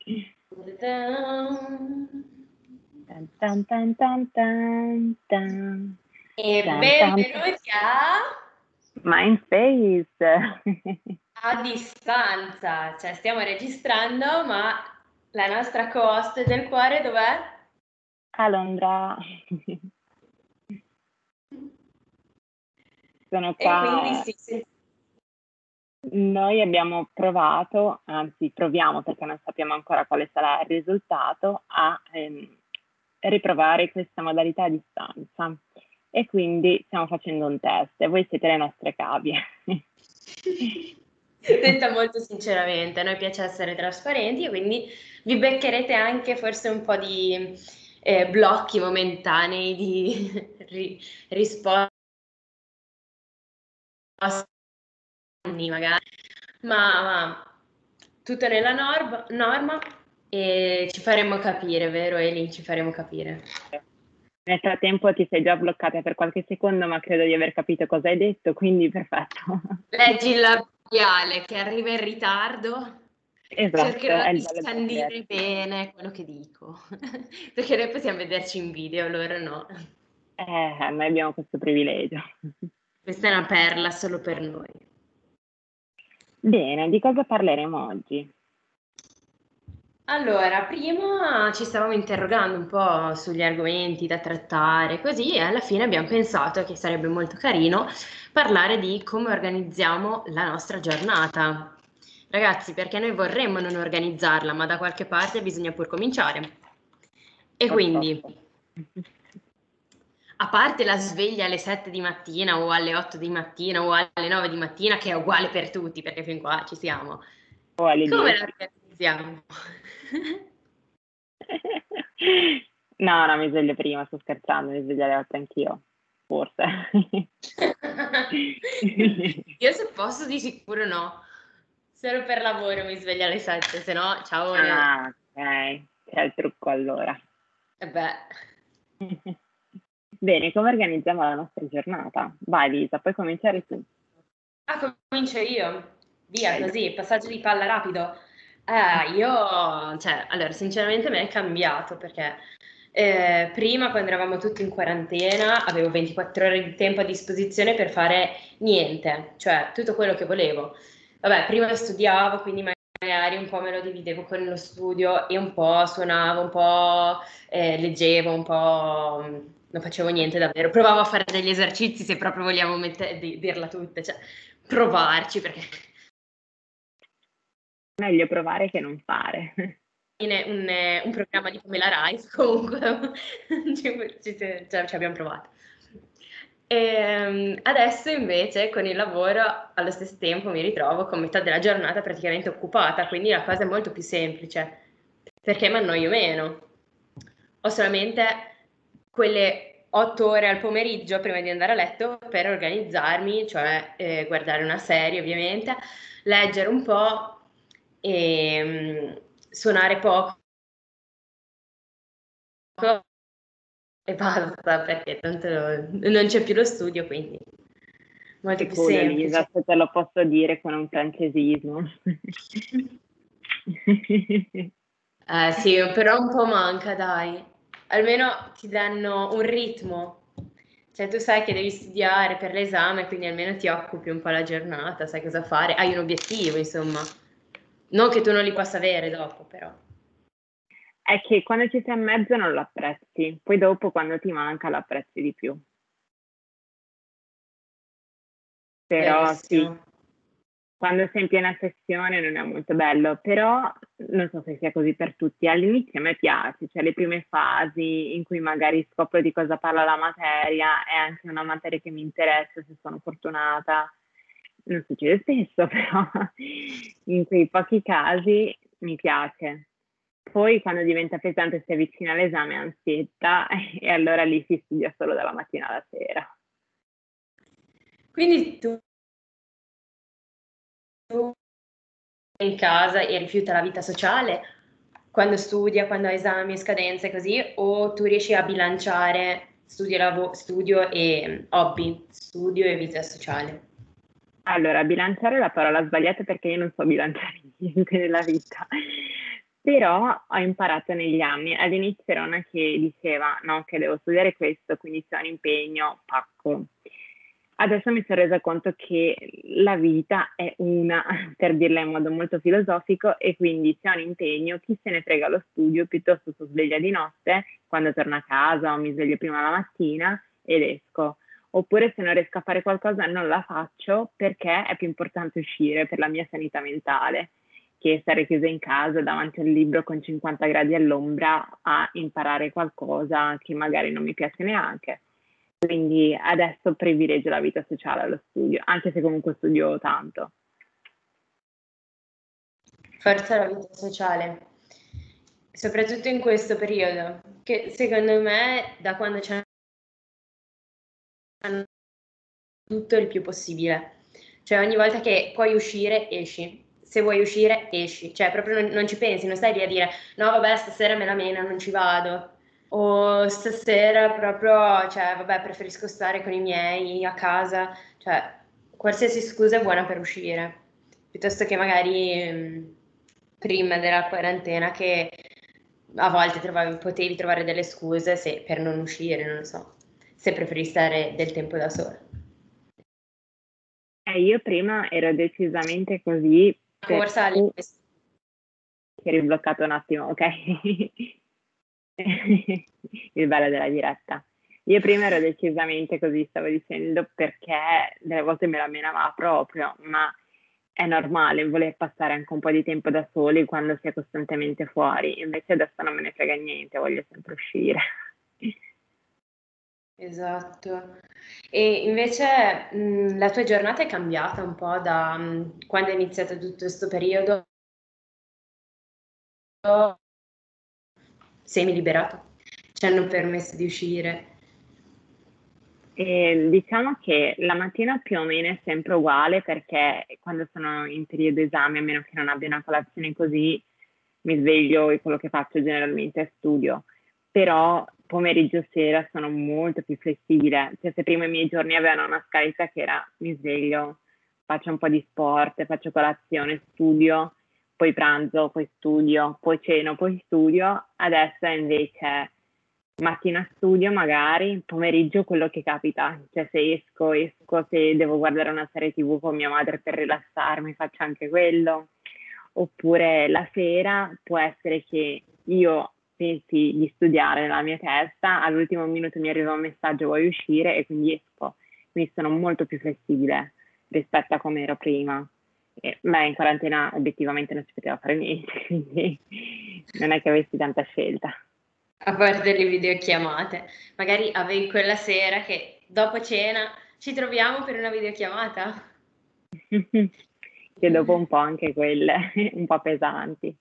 Tan, tan, tan, tan, tan, tan. E Tan, tan, tan. benvenuti Mindspace. a distanza, cioè stiamo registrando, ma la nostra co-host del cuore dov'è? A Londra. Sono E quindi qua. sì. Noi abbiamo provato, anzi proviamo perché non sappiamo ancora quale sarà il risultato, a riprovare questa modalità a distanza. E quindi stiamo facendo un test e voi siete le nostre cavie. Detta molto sinceramente, a noi piace essere trasparenti e quindi vi beccherete anche forse un po' di blocchi momentanei di risposte magari, ma tutto nella norma e ci faremo capire, vero Eli? Ci faremo capire. Nel frattempo ti sei già bloccata per qualche secondo, ma credo di aver capito cosa hai detto, quindi perfetto. Leggi il labiale che arriva in ritardo. Esatto, Cercherò è il di bello del scandire divertirsi. bene quello che dico, perché noi possiamo vederci in video, loro no. Noi abbiamo questo privilegio. Questa è una perla solo per noi. Bene, di cosa parleremo oggi? Allora, prima ci stavamo interrogando un po' sugli argomenti da trattare, così, e alla fine abbiamo pensato che sarebbe molto carino parlare di come organizziamo la nostra giornata. Ragazzi, perché noi vorremmo non organizzarla, ma da qualche parte bisogna pur cominciare. E quindi, Purtroppo. a parte la sveglia alle 7 di mattina o alle 8 di mattina o alle 9 di mattina, che è uguale per tutti, perché fin qua ci siamo, O alle come la 10. organizziamo? No, no, mi sveglio prima, sto scherzando, mi sveglio alle 8 anch'io, forse. Io se posso di sicuro no. Solo per lavoro mi sveglio alle 7, se no, ciao. Ah, ok, c'è il trucco allora. E beh. Bene, come organizziamo la nostra giornata? Vai Lisa, puoi cominciare tu. Ah, comincio io. Via, Prego. così, passaggio di palla rapido. Cioè, allora, sinceramente me è cambiato perché prima, quando eravamo tutti in quarantena, avevo 24 ore di tempo a disposizione per fare niente, cioè tutto quello che volevo. Vabbè, prima studiavo, quindi magari un po' me lo dividevo con lo studio e un po' suonavo, un po' leggevo, un po' non facevo niente davvero. Provavo a fare degli esercizi se proprio vogliamo dirla tutta, cioè provarci perché Meglio provare che non fare. un programma di Pamela Rice comunque ci abbiamo provato. Adesso invece con il lavoro allo stesso tempo mi ritrovo con metà della giornata praticamente occupata, quindi la cosa è molto più semplice perché mi annoio meno. Ho solamente quelle 8 ore al pomeriggio prima di andare a letto per organizzarmi, cioè guardare una serie ovviamente, leggere un po' e suonare poco e basta perché tanto non c'è più lo studio, quindi molto Che più culo Lisa, semplice. se te lo posso dire con un francesismo. Sì, però un po' manca, dai. Almeno ti danno un ritmo. Cioè, tu sai che devi studiare per l'esame, quindi almeno ti occupi un po' la giornata, sai cosa fare, hai un obiettivo, insomma. Non che tu non li possa avere dopo, però. È che quando ci sei in mezzo non lo apprezzi, poi dopo quando ti manca lo apprezzi di più. Però sì, Verissimo. quando sei in piena sessione non è molto bello, però non so se sia così per tutti. All'inizio a me piace, cioè le prime fasi in cui magari scopro di cosa parla la materia, è anche una materia che mi interessa se sono fortunata. Non succede spesso, però in quei pochi casi mi piace. Poi quando diventa pesante si avvicina all'esame ansietta e allora lì si studia solo dalla mattina alla sera. Quindi tu in casa e rifiuta la vita sociale quando studia, quando ha esami e scadenze così, o tu riesci a bilanciare studio e hobby, studio e vita sociale? Allora, bilanciare è la parola sbagliata perché io non so bilanciare niente nella vita, Però ho imparato negli anni. All'inizio era una che diceva no, che devo studiare questo, quindi se ho un impegno, pacco. Adesso mi sono resa conto che la vita è una, per dirla in modo molto filosofico, e quindi se ho un impegno, chi se ne frega lo studio, piuttosto sto sveglia di notte, quando torno a casa o mi sveglio prima la mattina ed esco. Oppure se non riesco a fare qualcosa non la faccio perché è più importante uscire per la mia sanità mentale che stare chiusa in casa davanti al libro con 50 gradi all'ombra a imparare qualcosa che magari non mi piace neanche. Quindi adesso privilegio la vita sociale allo studio, anche se comunque studio tanto. Forza la vita sociale, soprattutto in questo periodo, che secondo me da quando c'è tutto il più possibile. Cioè ogni volta che puoi uscire, esci. Se vuoi uscire, esci. Cioè proprio non ci pensi, non stai lì a dire no vabbè stasera me la mena, non ci vado. O stasera proprio, cioè vabbè preferisco stare con i miei a casa. Cioè qualsiasi scusa è buona per uscire. Piuttosto che magari prima della quarantena che a volte potevi trovare delle scuse per non uscire, non lo so, se preferi stare del tempo da sola. Io prima ero decisamente così. Corsa alle... Ti eri bloccato un attimo, ok? Il bello della diretta. Io prima ero decisamente così, stavo dicendo, perché delle volte me la menava proprio, ma è normale voler passare anche un po' di tempo da soli quando si è costantemente fuori. Invece adesso non me ne frega niente, voglio sempre uscire. Esatto. E invece la tua giornata è cambiata un po' da quando è iniziato tutto questo periodo? Semi liberato? Ci hanno permesso di uscire? E diciamo che la mattina più o meno è sempre uguale perché quando sono in periodo esame, a meno che non abbia una colazione così, mi sveglio e quello che faccio generalmente è studio. Però pomeriggio e sera sono molto più flessibile. Cioè se prima i miei giorni avevano una scaletta che era mi sveglio, faccio un po' di sport, faccio colazione, studio, poi pranzo, poi studio, poi ceno, poi studio, adesso è invece mattina studio magari, pomeriggio quello che capita, cioè se esco, se devo guardare una serie TV con mia madre per rilassarmi, faccio anche quello, oppure la sera può essere che io pensi di studiare nella mia testa, all'ultimo minuto mi arriva un messaggio vuoi uscire e quindi esco, quindi sono molto più flessibile rispetto a come ero prima. Ma in quarantena obiettivamente non si poteva fare niente, quindi non è che avessi tanta scelta. A parte le videochiamate. Magari avevi quella sera che dopo cena ci troviamo per una videochiamata? Che dopo un po' anche quelle un po' pesanti.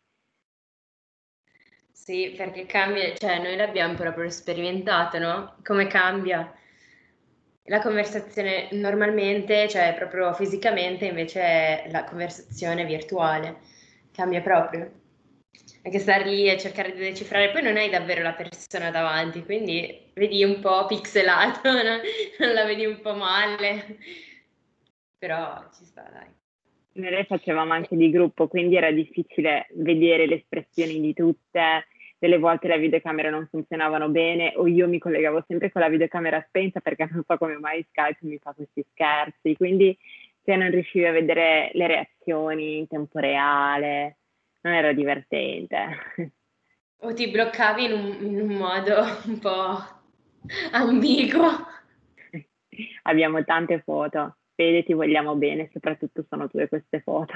Sì, perché cambia, cioè noi l'abbiamo proprio sperimentato, no? Come cambia la conversazione normalmente, cioè proprio fisicamente, invece la conversazione virtuale cambia proprio. Anche stare lì e cercare di decifrare, poi non hai davvero la persona davanti, quindi vedi un po' pixelato, no? Non la vedi un po' male, però ci sta, dai. Noi facevamo anche di gruppo, quindi era difficile vedere le espressioni di tutte. Delle volte le videocamere non funzionavano bene o io mi collegavo sempre con la videocamera spenta perché non so come mai Skype mi fa questi scherzi. Quindi se non riuscivi a vedere le reazioni in tempo reale, non era divertente. O ti bloccavi in un modo un po' ambiguo. Abbiamo tante foto. Fede, ti vogliamo bene, soprattutto sono tue queste foto.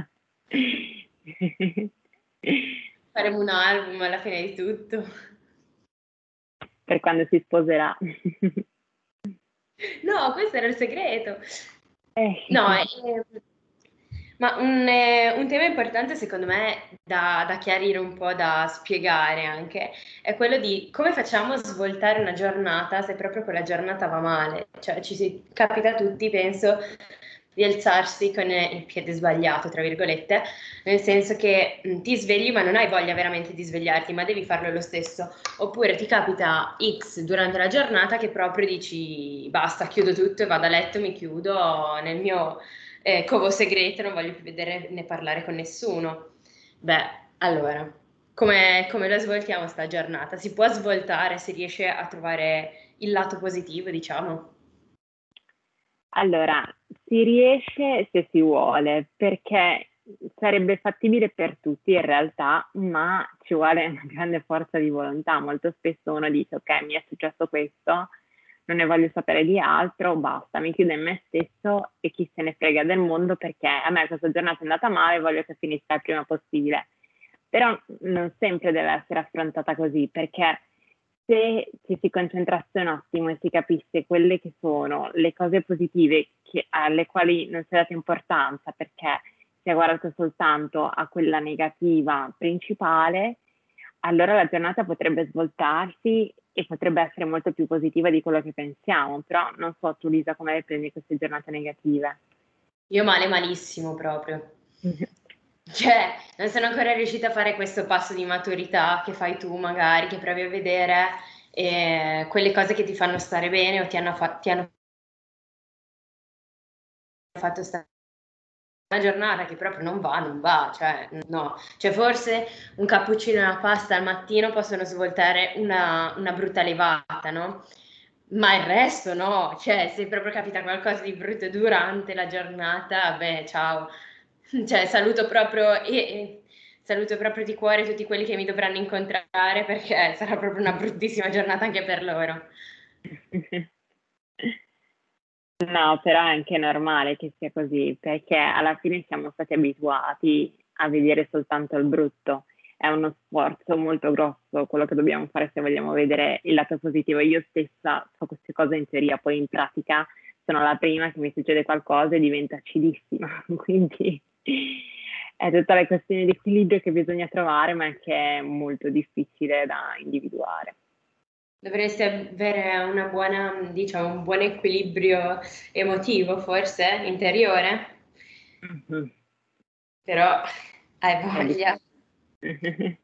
Faremo un album alla fine di tutto. Per quando si sposerà. No, questo era il segreto. Eh. No, ma un tema importante secondo me da chiarire un po', da spiegare anche, è quello di come facciamo a svoltare una giornata se proprio quella giornata va male. Cioè capita a tutti, penso, di alzarsi con il piede sbagliato, tra virgolette, nel senso che ti svegli ma non hai voglia veramente di svegliarti, ma devi farlo lo stesso. Oppure ti capita X durante la giornata che proprio dici basta, chiudo tutto e vado a letto, mi chiudo nel mio covo segreto, non voglio più vedere né parlare con nessuno. Beh, allora, come la svoltiamo sta giornata? Si può svoltare, si riesce a trovare il lato positivo, diciamo? Allora, si riesce se si vuole, perché sarebbe fattibile per tutti in realtà, ma ci vuole una grande forza di volontà. Molto spesso uno dice, ok, mi è successo questo, non ne voglio sapere di altro, basta, mi chiudo in me stesso e chi se ne frega del mondo perché a me questa giornata è andata male e voglio che finisca il prima possibile. Però non sempre deve essere affrontata così, perché se ci si concentrasse un attimo e si capisse quelle che sono le cose positive alle quali non si è data importanza perché si è guardato soltanto a quella negativa principale, allora la giornata potrebbe svoltarsi e potrebbe essere molto più positiva di quello che pensiamo. Però non so tu, Lisa, come le prendi queste giornate negative? Io male, malissimo proprio. Cioè, non sono ancora riuscita a fare questo passo di maturità che fai tu magari, che provi a vedere quelle cose che ti fanno stare bene o ti hanno fatto stare una giornata che proprio non va, cioè no. Cioè forse un cappuccino e una pasta al mattino possono svoltare una brutta levata, no? Ma il resto no, cioè se proprio capita qualcosa di brutto durante la giornata, beh, ciao. Cioè saluto proprio di cuore tutti quelli che mi dovranno incontrare perché sarà proprio una bruttissima giornata anche per loro. No, però è anche normale che sia così, perché alla fine siamo stati abituati a vedere soltanto il brutto. È uno sforzo molto grosso quello che dobbiamo fare se vogliamo vedere il lato positivo. Io stessa so queste cose in teoria, poi in pratica sono la prima che mi succede qualcosa e diventa acidissima. Quindi è tutta la questione di equilibrio che bisogna trovare, ma che è molto difficile da individuare. Dovresti avere diciamo, un buon equilibrio emotivo, forse, interiore, Mhm. però hai È voglia. difficile.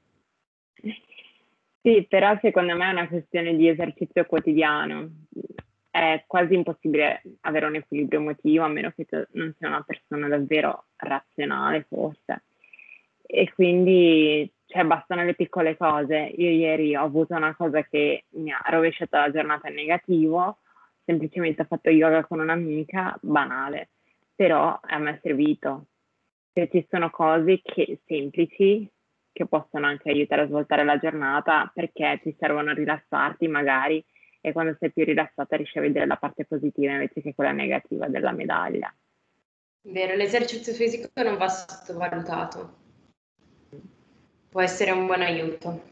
Sì, però secondo me è una questione di esercizio quotidiano. È quasi impossibile avere un equilibrio emotivo a meno che tu non sia una persona davvero razionale, forse. E quindi, cioè, bastano le piccole cose. Io ieri ho avuto una cosa che mi ha rovesciato la giornata in negativo, semplicemente ho fatto yoga con un'amica, banale, però a me è servito. Se ci sono cose semplici che possono anche aiutare a svoltare la giornata perché ti servono a rilassarti magari e quando sei più rilassata riesci a vedere la parte positiva invece che quella negativa della medaglia. Vero, l'esercizio fisico non va sottovalutato, può essere un buon aiuto.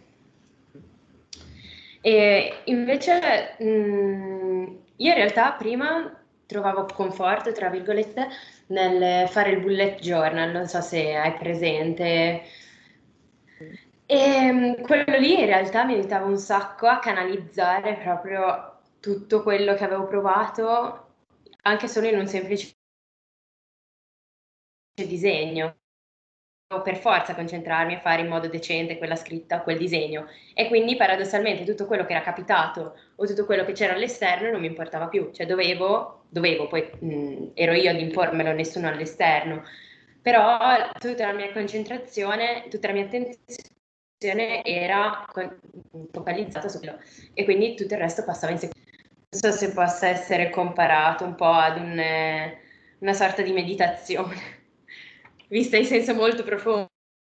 E invece io in realtà prima trovavo conforto, tra virgolette, nel fare il bullet journal, non so se hai presente. E quello lì in realtà mi aiutava un sacco a canalizzare proprio tutto quello che avevo provato, anche solo in un semplice disegno. Devo per forza concentrarmi a fare in modo decente quella scritta, quel disegno. E quindi paradossalmente tutto quello che era capitato o tutto quello che c'era all'esterno non mi importava più, cioè dovevo, poi ero io ad impormelo, nessuno all'esterno, però tutta la mia concentrazione, tutta la mia attenzione era focalizzata su quello e quindi tutto il resto passava in secondo. Non so se possa essere comparato un po' ad una sorta di meditazione, vista in senso molto profondo,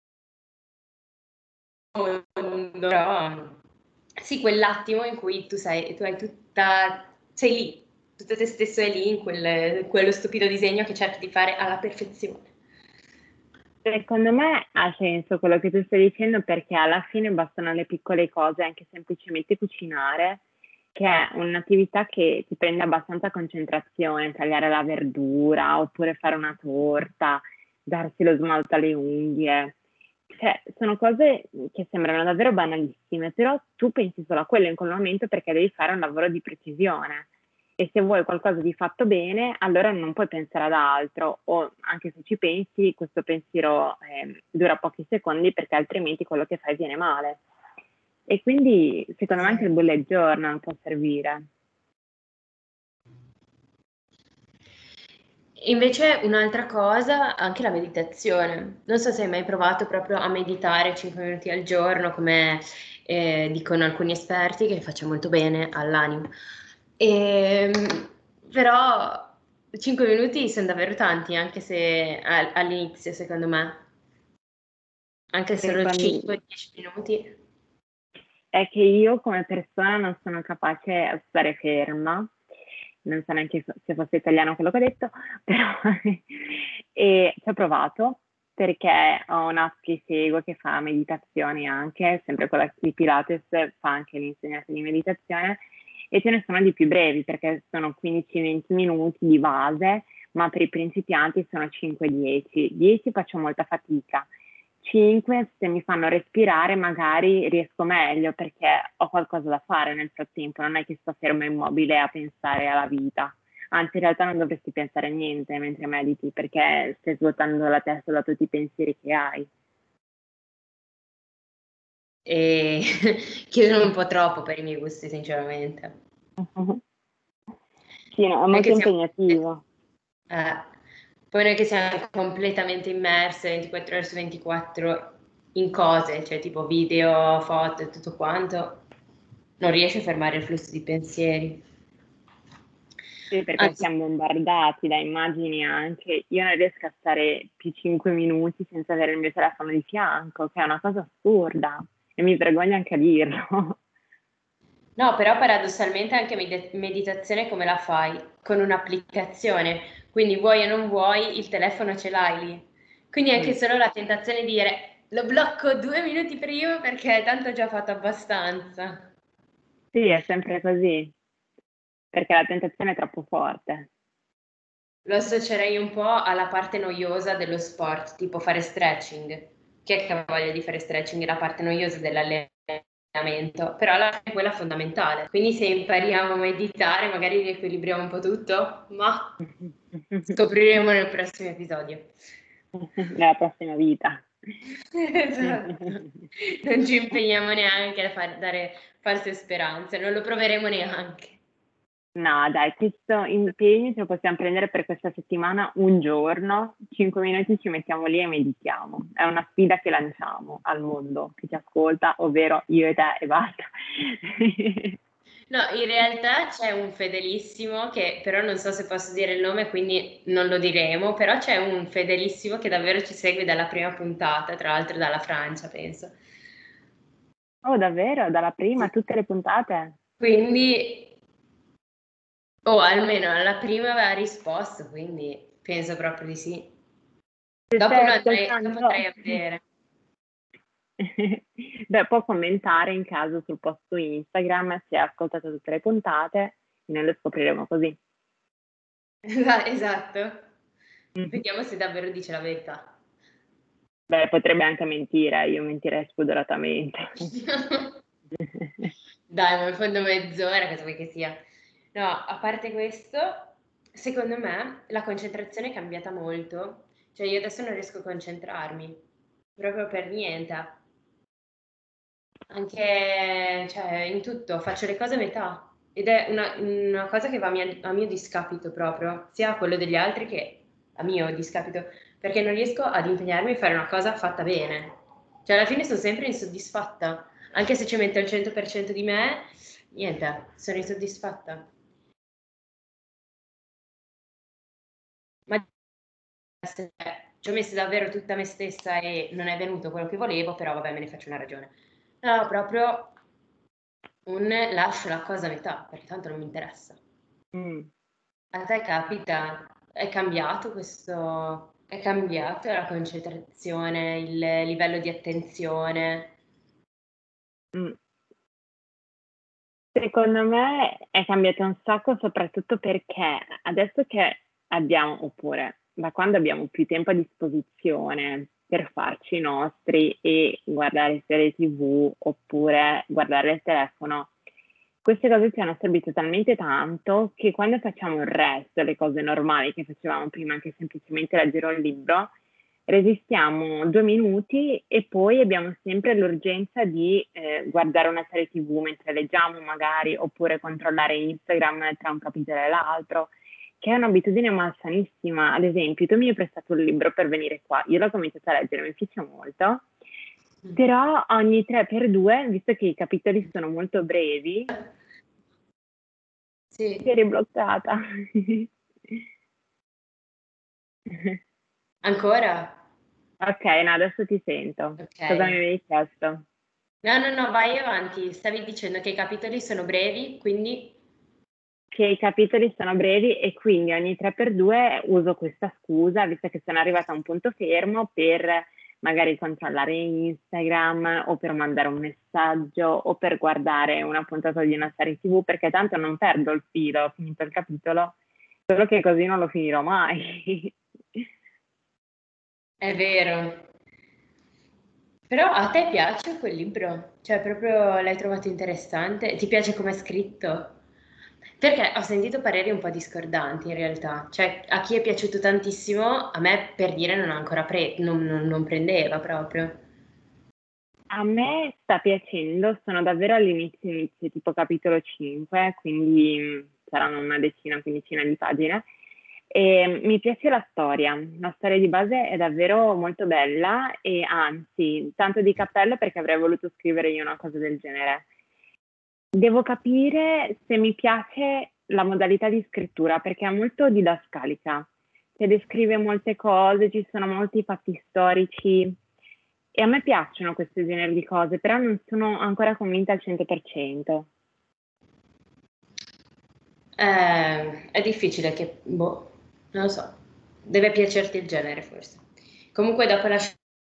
però sì, quell'attimo in cui tu hai sei lì, tutto te stesso è lì in quello stupido disegno che cerchi di fare alla perfezione. Secondo me ha senso quello che tu stai dicendo perché alla fine bastano le piccole cose, anche semplicemente cucinare, che è un'attività che ti prende abbastanza concentrazione, tagliare la verdura oppure fare una torta, darsi lo smalto alle unghie. Cioè, sono cose che sembrano davvero banalissime, però tu pensi solo a quello in quel momento perché devi fare un lavoro di precisione. E se vuoi qualcosa di fatto bene, allora non puoi pensare ad altro, o anche se ci pensi, questo pensiero dura pochi secondi perché altrimenti quello che fai viene male. E quindi secondo me anche il bullet journal può servire. Invece un'altra cosa, anche la meditazione. Non so se hai mai provato proprio a meditare 5 minuti al giorno, come dicono alcuni esperti, che faccia molto bene all'animo. Però 5 minuti sono davvero tanti, anche se all'inizio, secondo me. Anche solo Secondo- 5-10 minuti. è che io come persona non sono capace a stare ferma, non so neanche se fosse italiano quello che ho detto, però e ci ho provato perché ho un'app che seguo che fa meditazioni anche, sempre quella di Pilates, fa anche l'insegnante di meditazione e ce ne sono di più brevi perché sono 15-20 minuti di base, ma per i principianti sono 5-10. 10 faccio molta fatica. 5 se mi fanno respirare magari riesco meglio perché ho qualcosa da fare nel frattempo, non è che sto ferma immobile a pensare alla vita. Anzi, in realtà non dovresti pensare a niente mentre mediti perché stai svuotando la testa da tutti i pensieri che hai. E chiedono un po' troppo per i miei gusti, sinceramente. Sì, no, è Noi molto che siamo, impegnativo. eh, poi noi che siamo completamente immerse 24 ore su 24 in cose, cioè tipo video, foto e tutto quanto, non riesci a fermare il flusso di pensieri. Sì, perché Anzi, siamo bombardati da immagini anche. Io non riesco a stare più 5 minuti senza avere il mio telefono di fianco, che è una cosa assurda e mi vergogno anche a dirlo. no, però paradossalmente anche meditazione come la fai? Con un'applicazione, quindi vuoi o non vuoi, il telefono ce l'hai lì. Quindi anche Mm. solo la tentazione di dire lo blocco 2 minuti prima perché tanto ho già fatto abbastanza. Sì, è sempre così, perché la tentazione è troppo forte. Lo associerei un po' alla parte noiosa dello sport, tipo fare stretching. Chi è che ha voglia di fare stretching? È la parte noiosa dell'allenamento, però alla fine è quella fondamentale. Quindi se impariamo a meditare, magari riequilibriamo un po' tutto, ma scopriremo nel prossimo episodio. Nella prossima vita. Esatto. Non ci impegniamo neanche a dare false speranze, non lo proveremo neanche. No, dai, questo impegno ce lo possiamo prendere per questa settimana un giorno, 5 minuti ci mettiamo lì e meditiamo. È una sfida che lanciamo al mondo che ci ascolta, ovvero io e te e basta. No, in realtà c'è un fedelissimo che però non so se posso dire il nome, quindi non lo diremo, però c'è un fedelissimo che davvero ci segue dalla prima puntata, tra l'altro dalla Francia, penso. Oh, davvero? Dalla prima, Sì. tutte le puntate? Quindi, o almeno alla prima aveva risposto, quindi penso proprio di sì. Se Dopo, stai dopo ascoltando, andrei a vedere. beh, può commentare in caso sul post su Instagram se ha ascoltato tutte le puntate e noi lo scopriremo così. Esatto. Vediamo se davvero dice la verità. Beh, potrebbe anche mentire, io mentirei spudoratamente. Dai, ma in fondo mezz'ora, cosa vuoi che sia? No, a parte questo, secondo me la concentrazione è cambiata molto. Cioè, io adesso non riesco a concentrarmi, proprio per niente. Anche, cioè, in tutto, faccio le cose a metà. Ed è una cosa che va a mio discapito proprio, sia a quello degli altri che a mio discapito, perché non riesco ad impegnarmi a fare una cosa fatta bene. Cioè, alla fine sono sempre insoddisfatta, anche se ci metto il 100% di me, niente, sono insoddisfatta. Ma se ci ho messo davvero tutta me stessa e non è venuto quello che volevo, però vabbè, me ne faccio una ragione. No, proprio un lascio la cosa a metà, perché tanto non mi interessa. Mm, A te capita? È cambiato questo? È cambiato la concentrazione, il livello di attenzione? mm. Secondo me è cambiato un sacco, soprattutto perché adesso che abbiamo, oppure da quando abbiamo più tempo a disposizione per farci i nostri e guardare serie TV oppure guardare il telefono, queste cose ci hanno assorbito talmente tanto che quando facciamo il resto, le cose normali che facevamo prima, anche semplicemente leggere un libro, resistiamo 2 minuti e poi abbiamo sempre l'urgenza di guardare una serie TV mentre leggiamo magari, oppure controllare Instagram tra un capitolo e l'altro. che è un'abitudine malsanissima. Ad esempio, tu mi hai prestato un libro per venire qua, io l'ho cominciato a leggere, mi piace molto, però ogni 3x2, visto che i capitoli sono molto brevi, Sì. si è ribloccata. Ancora? Ok, no, adesso ti sento. Ok. Cosa mi avevi chiesto? No, vai avanti. Stavi dicendo che i capitoli sono brevi, quindi... Che i capitoli sono brevi e quindi ogni 3x2 uso questa scusa, visto che sono arrivata a un punto fermo, per magari controllare Instagram o per mandare un messaggio o per guardare una puntata di una serie TV, perché tanto non perdo il filo, ho finito il capitolo, solo che così non lo finirò mai. È vero. Però a te piace quel libro? Cioè, proprio l'hai trovato interessante? Ti piace come è scritto? Perché ho sentito pareri un po' discordanti in realtà. Cioè, a chi è piaciuto tantissimo, a me per dire non ha ancora non prendeva proprio. A me sta piacendo, sono davvero all'inizio, tipo capitolo 5, quindi saranno una decina, quindicina di pagine. E mi piace la storia di base è davvero molto bella e anzi, tanto di cappello perché avrei voluto scrivere io una cosa del genere. Devo capire se mi piace la modalità di scrittura perché è molto didascalica, cioè descrive molte cose, ci sono molti fatti storici e a me piacciono questo genere di cose, però non sono ancora convinta al 100%. È difficile che, boh, non lo so, deve piacerti il genere forse. Comunque dopo lascia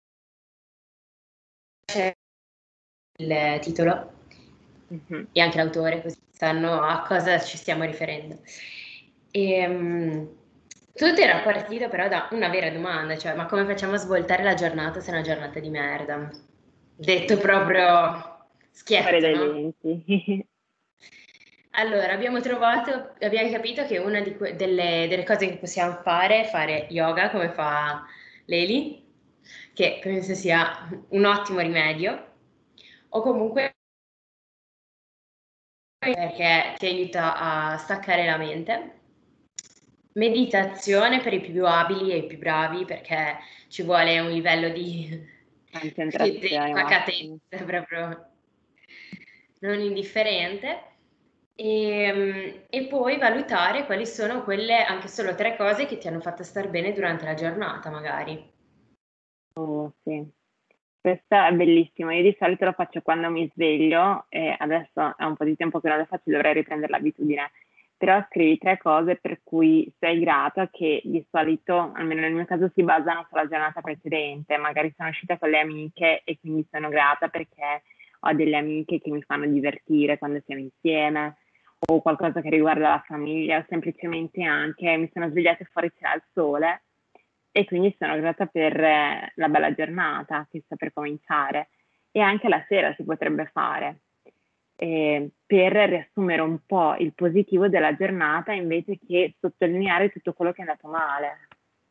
il titolo Mhm. e anche l'autore, così sanno a cosa ci stiamo riferendo. Tutto era partito però da una vera domanda, cioè ma come facciamo a svoltare la giornata se è una giornata di merda? Detto proprio Fuori schietto, dai no? denti. Allora, abbiamo capito che una delle cose che possiamo fare è fare yoga, come fa Leli, che penso sia un ottimo rimedio, o comunque perché ti aiuta a staccare la mente. Meditazione per i più abili e i più bravi, perché ci vuole un livello di Concentrazione massima. pacatezza proprio non indifferente. E poi valutare quali sono quelle anche solo 3 cose che ti hanno fatto star bene durante la giornata, magari. Oh, sì. Questo è bellissimo. Io di solito lo faccio quando mi sveglio e adesso è un po' di tempo che non lo faccio, dovrei riprendere l'abitudine. Però scrivi 3 cose per cui sei grata che di solito, almeno nel mio caso, si basano sulla giornata precedente. Magari sono uscita con le amiche e quindi sono grata perché ho delle amiche che mi fanno divertire quando siamo insieme o qualcosa che riguarda la famiglia o semplicemente anche mi sono svegliata e fuori c'era il sole e quindi sono grata per la bella giornata che sta per cominciare e anche la sera si potrebbe fare per riassumere un po' il positivo della giornata invece che sottolineare tutto quello che è andato male.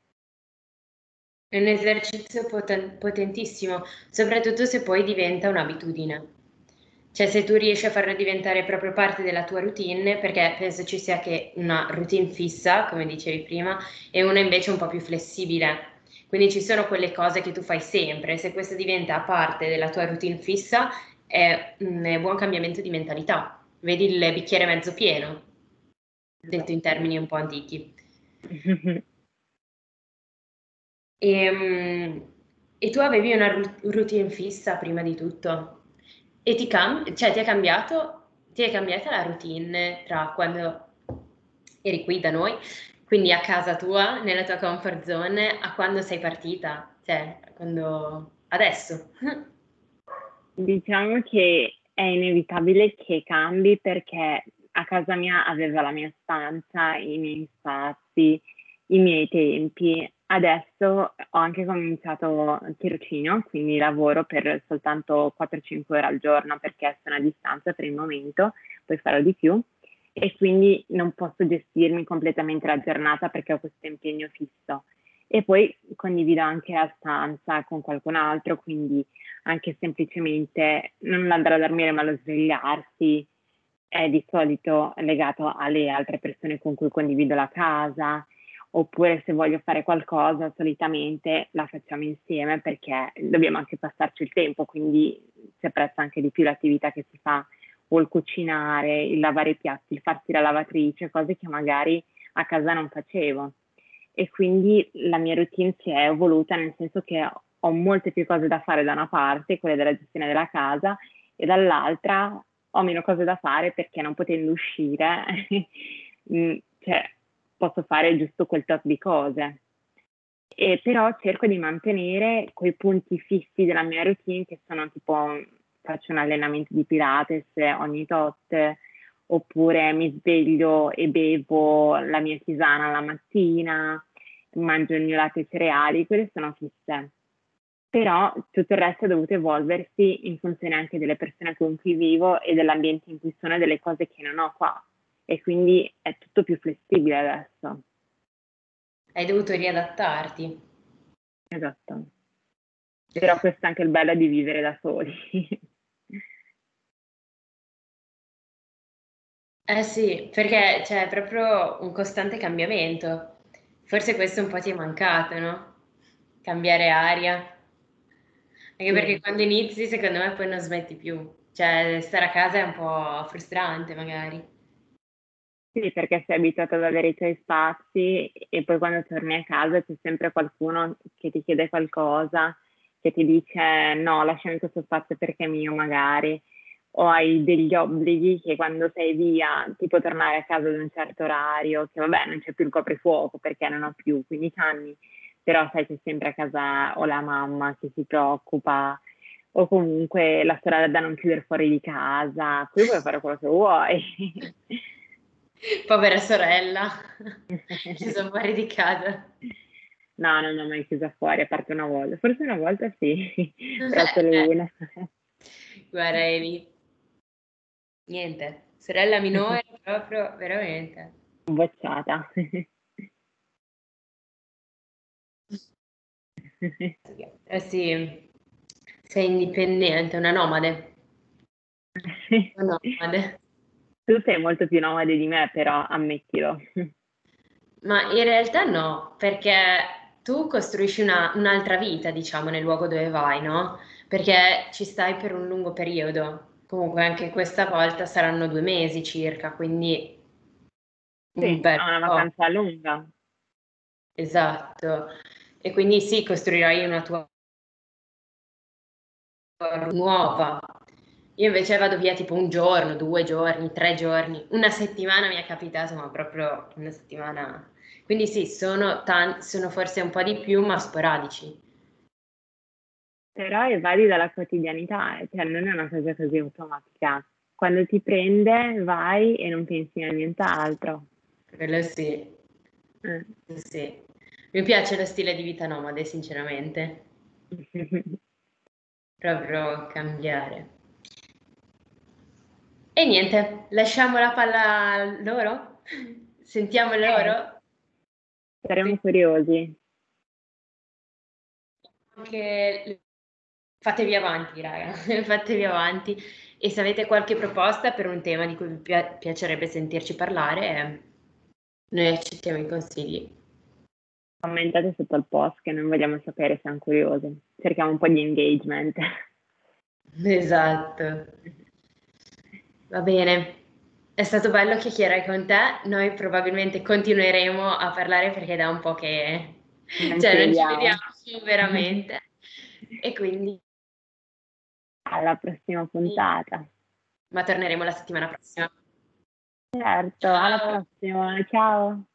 È un esercizio potentissimo, soprattutto se poi diventa un'abitudine. Cioè, se tu riesci a farlo diventare proprio parte della tua routine, perché penso ci sia che una routine fissa, come dicevi prima, e una invece un po' più flessibile. Quindi ci sono quelle cose che tu fai sempre. Se questa diventa parte della tua routine fissa, è un buon cambiamento di mentalità. Vedi il bicchiere mezzo pieno, detto in Esatto. termini un po' antichi. E tu avevi una routine fissa prima di tutto? E cioè, ti è cambiata la routine tra quando eri qui da noi, quindi a casa tua, nella tua comfort zone, a quando sei partita? Cioè, quando... adesso? Diciamo che è inevitabile che cambi perché a casa mia aveva la mia stanza, i miei spazi, i miei tempi. Adesso ho anche cominciato il tirocinio, quindi lavoro per soltanto 4-5 ore al giorno perché sono a distanza per il momento, poi farò di più e quindi non posso gestirmi completamente la giornata perché ho questo impegno fisso. E poi condivido anche la stanza con qualcun altro, quindi anche semplicemente non andare a dormire ma lo svegliarsi è di solito legato alle altre persone con cui condivido la casa, oppure se voglio fare qualcosa solitamente la facciamo insieme perché dobbiamo anche passarci il tempo, quindi si apprezza anche di più l'attività che si fa, o il cucinare, il lavare i piatti, il farsi la lavatrice, cose che magari a casa non facevo. E quindi la mia routine si è evoluta nel senso che ho molte più cose da fare da una parte, quelle della gestione della casa, e dall'altra ho meno cose da fare perché non potendo uscire, cioè, posso fare giusto quel tot di cose. E però cerco di mantenere quei punti fissi della mia routine che sono tipo faccio un allenamento di Pilates ogni tot, oppure mi sveglio e bevo la mia tisana la mattina, mangio il mio latte e cereali, quelle sono fisse. Però tutto il resto è dovuto evolversi in funzione anche delle persone con cui vivo e dell'ambiente in cui sono e delle cose che non ho qua. E quindi è tutto più flessibile adesso. Hai dovuto riadattarti. Esatto. Però questo è anche il bello di vivere da soli. Eh sì, perché c'è proprio un costante cambiamento. Forse questo un po' ti è mancato, no? Cambiare aria. Anche perché Sì. quando inizi, secondo me, poi non smetti più. Cioè, stare a casa è un po' frustrante, magari. Sì, perché sei abituato ad avere i tuoi spazi e poi quando torni a casa c'è sempre qualcuno che ti chiede qualcosa, che ti dice no, lasciami questo spazio perché è mio magari, o hai degli obblighi che quando sei via, tipo tornare a casa ad un certo orario, che vabbè non c'è più il coprifuoco perché non ho più 15 anni, però sai c'è sempre a casa o la mamma che si preoccupa, o comunque la sorella da non chiudere fuori di casa, qui puoi fare quello che vuoi. Povera sorella, chiusa fuori di casa. No, non l'ho mai chiusa fuori, a parte una volta. Forse una volta sì, però solo una. Guarda, Eli, niente, sorella minore proprio, veramente. Bocciata. Eh sì, sei indipendente, una nomade. Una nomade. Tu sei molto più nomade di me, però ammettilo. Ma in realtà no, perché tu costruisci un'altra vita, diciamo, nel luogo dove vai, no? Perché ci stai per un lungo periodo. Comunque anche questa volta saranno 2 mesi circa, quindi un Sì, bel ho una po'. vacanza lunga. Esatto. E quindi sì, costruirai una tua nuova. Io invece vado via tipo un giorno, 2 giorni, 3 giorni, una settimana mi è capitato, ma proprio una settimana. Quindi sì, sono forse un po' di più, ma sporadici. Però evadi dalla quotidianità, cioè non è una cosa così automatica. Quando ti prende, vai e non pensi a nient'altro. Quello sì, Eh. sì. Mi piace lo stile di vita nomade, sinceramente. Proprio cambiare. E niente, lasciamo la palla a loro? Sentiamo Eh, loro? saremo curiosi. Anche fatevi avanti, raga, fatevi avanti. E se avete qualche proposta per un tema di cui vi piacerebbe sentirci parlare, noi accettiamo i consigli. Commentate sotto al post che noi vogliamo sapere, siamo curiosi. Cerchiamo un po' di engagement. Esatto. Va bene. È stato bello chiacchierare con te. Noi probabilmente continueremo a parlare perché da un po' che Non ci cioè non ci vediamo vediamo. veramente. E quindi Alla prossima puntata. ma torneremo la settimana prossima. Certo, alla Ciao. prossima. Ciao.